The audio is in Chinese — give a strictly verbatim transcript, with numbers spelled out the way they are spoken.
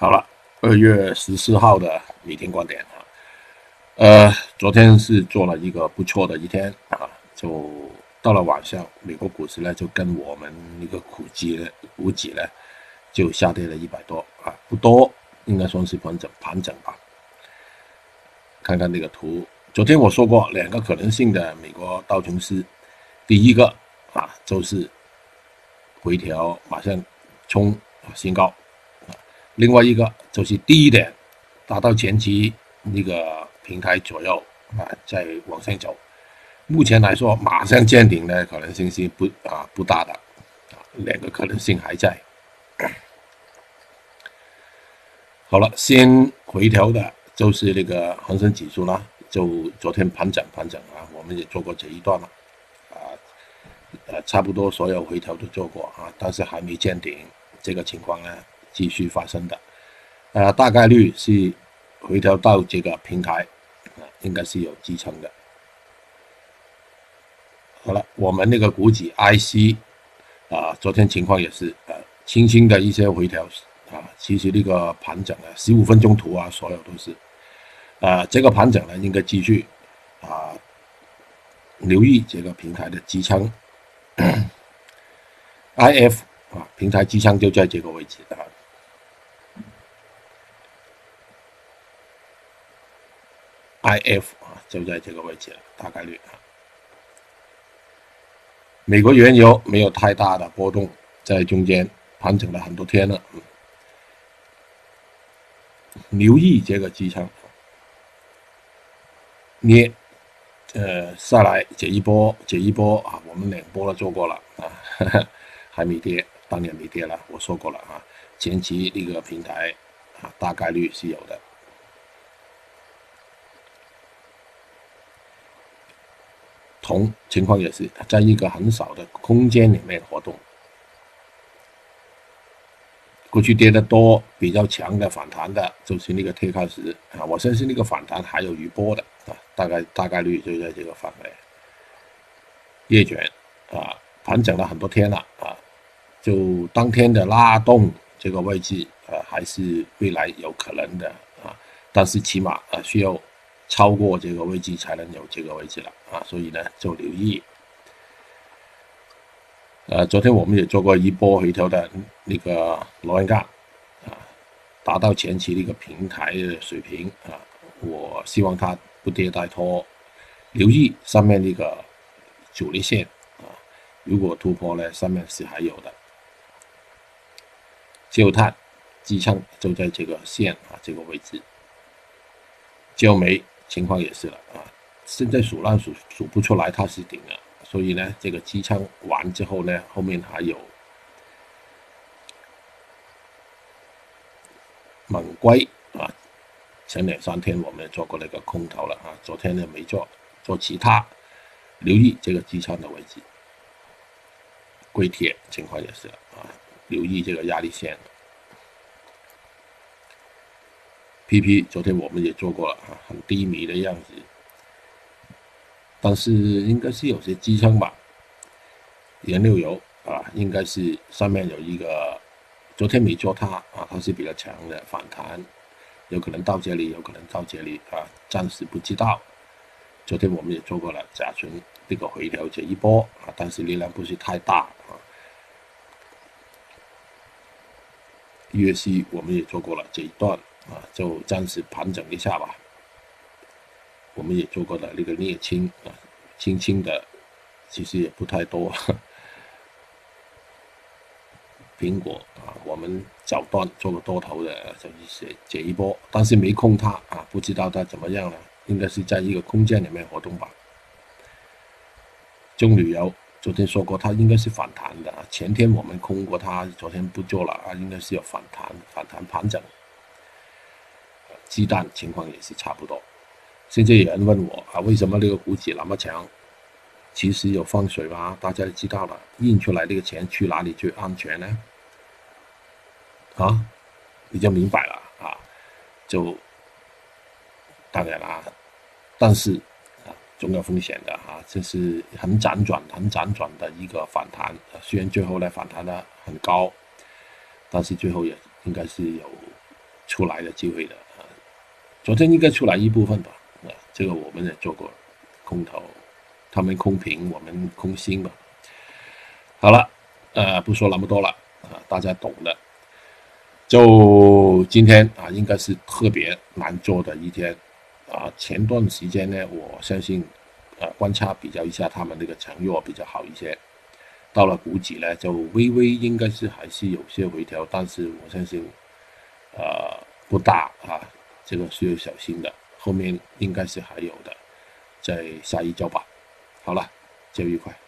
好了，二月十四号的每天观点啊，呃，昨天是做了一个不错的一天啊，就到了晚上，美国股市呢就跟我们那个股指呢，股指呢就下跌了一百多啊，不多，应该算是盘整盘整吧。看看这个图，昨天我说过两个可能性的美国道琼斯，第一个啊就是回调马上冲新高。另外一个就是低点达到前期那个平台左右啊，再往上走。目前来说，马上见顶的可能性是不啊不大的，啊，两个可能性还在。好了，先回调的就是那个恒生指数啦，就昨天盘整盘整啊，我们也做过这一段了，啊，呃，差不多所有回调都做过啊，但是还没见顶，这个情况呢继续发生的。呃，大概率是回调到这个平台，啊，应该是有支撑的。好了，我们那个股指 I C 啊，昨天情况也是呃轻轻的一些回调啊，其实那个盘整啊，十五分钟图啊，所有都是，呃，这个盘整呢应该继续啊，留意这个平台的支撑，I F 啊，平台支撑就在这个位置啊。I F 啊，就在这个位置了，大概率啊。美国原油没有太大的波动，在中间盘整了很多天了，嗯，留意这个支撑，捏，呃，下来这一波，这一波啊，我们两波都做过了啊，呵呵，还没跌，当然没跌了，我说过了啊，前期那个平台啊，大概率是有的。铜情况也是在一个很少的空间里面活动，过去跌得多、比较强的反弹的，就是那个贴靠石啊，我相信那个反弹还有余波的啊，大概大概率就在这个范围。夜卷啊，盘整了很多天了啊，就当天的拉动这个位置啊，还是未来有可能的啊，但是起码啊需要超过这个位置才能有这个位置了啊，所以呢就留意。呃，昨天我们也做过一波回调的那个螺纹钢啊，达到前期的一个平台的水平啊，我希望它不跌太多，留意上面那个阻力线啊，如果突破呢，上面是还有的。焦炭支撑就在这个线啊这个位置，焦煤情况也是了啊，现在数浪数数不出来它是顶了。所以呢，这个支撑完之后呢，后面还有猛龟啊，前两三天我们做过那个空头了啊，昨天呢没做，做其他，留意这个支撑的位置。硅铁情况也是啊，留意这个压力线。P P 昨天我们也做过了啊，很低迷的样子，但是应该是有些支撑吧。原料油啊，应该是上面有一个，昨天没做它啊，它是比较强的反弹，有可能到这里，有可能到这里啊，暂时不知道。昨天我们也做过了甲醇这个回调这一波啊，但是力量不是太大啊。月息我们也做过了这一段啊，就暂时盘整一下吧。我们也做过的那个镍氢啊，轻轻的，其实也不太多。苹果啊，我们早段做个多头的，就是这一波，但是没空它啊，不知道它怎么样了，应该是在一个空间里面活动吧。中旅游昨天说过，它应该是反弹的，前天我们空过它，昨天不做了啊，应该是有反弹，反弹盘整。鸡蛋情况也是差不多。现在有人问我啊，为什么那个股指那么强？其实有放水吗？大家都知道了，印出来那个钱去哪里最安全呢？啊，你就明白了啊，就当然啦，但是啊，总有风险的啊，这是很辗转、很辗转的一个反弹。虽然最后呢反弹的很高，但是最后也应该是有出来的机会的啊。昨天应该出来一部分吧，啊，这个我们也做过空头，他们空平，我们空心嘛。好了，呃，不说那么多了啊，大家懂的。就今天啊，应该是特别难做的一天啊。前段时间呢，我相信，呃，观察比较一下他们那个强弱比较好一些。到了谷底呢，就微微应该是还是有些回调，但是我相信，呃，不大啊，这个需要小心的。后面应该是还有的，在下一周吧。好了，交易愉快。